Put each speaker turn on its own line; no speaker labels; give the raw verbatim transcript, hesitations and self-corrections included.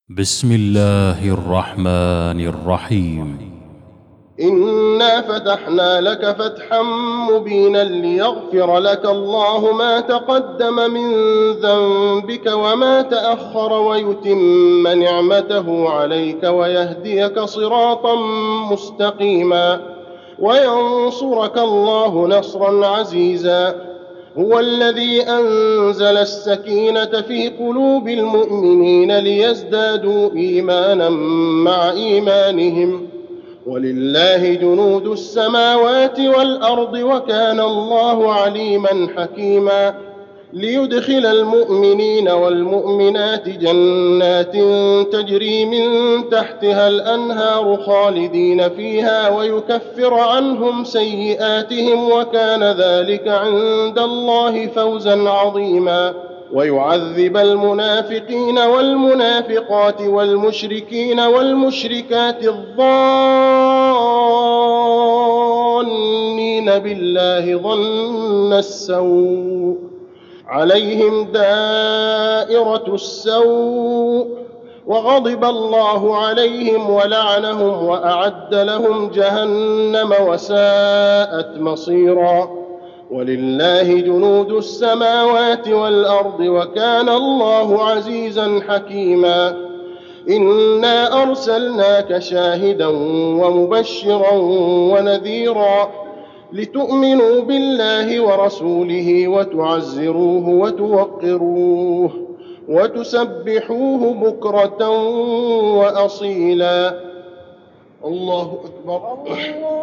بسم الله الرحمن الرحيم.
إنا فتحنا لك فتحا مبينا ليغفر لك الله ما تقدم من ذنبك وما تأخر ويتم نعمته عليك ويهديك صراطا مستقيما وينصرك الله نصرا عزيزا. هو الذي أنزل السكينة في قلوب المؤمنين ليزدادوا إيمانا مع إيمانهم ولله جنود السماوات والأرض وكان الله عليما حكيما. ليدخل المؤمنين والمؤمنات جنات تجري من تحتها الأنهار خالدين فيها ويكفر عنهم سيئاتهم وكان ذلك عند الله فوزا عظيما. ويعذب المنافقين والمنافقات والمشركين والمشركات الظانين بالله ظن السوء عليهم دائرة السوء وغضب الله عليهم ولعنهم وأعد لهم جهنم وساءت مصيرا. ولله جنود السماوات والأرض وكان الله عزيزا حكيما. إنا أرسلناك شاهدا ومبشرا ونذيرا لتؤمنوا بالله ورسوله وتعزروه وتوقروه وتسبحوه بكرة وأصيلا. الله أكبر.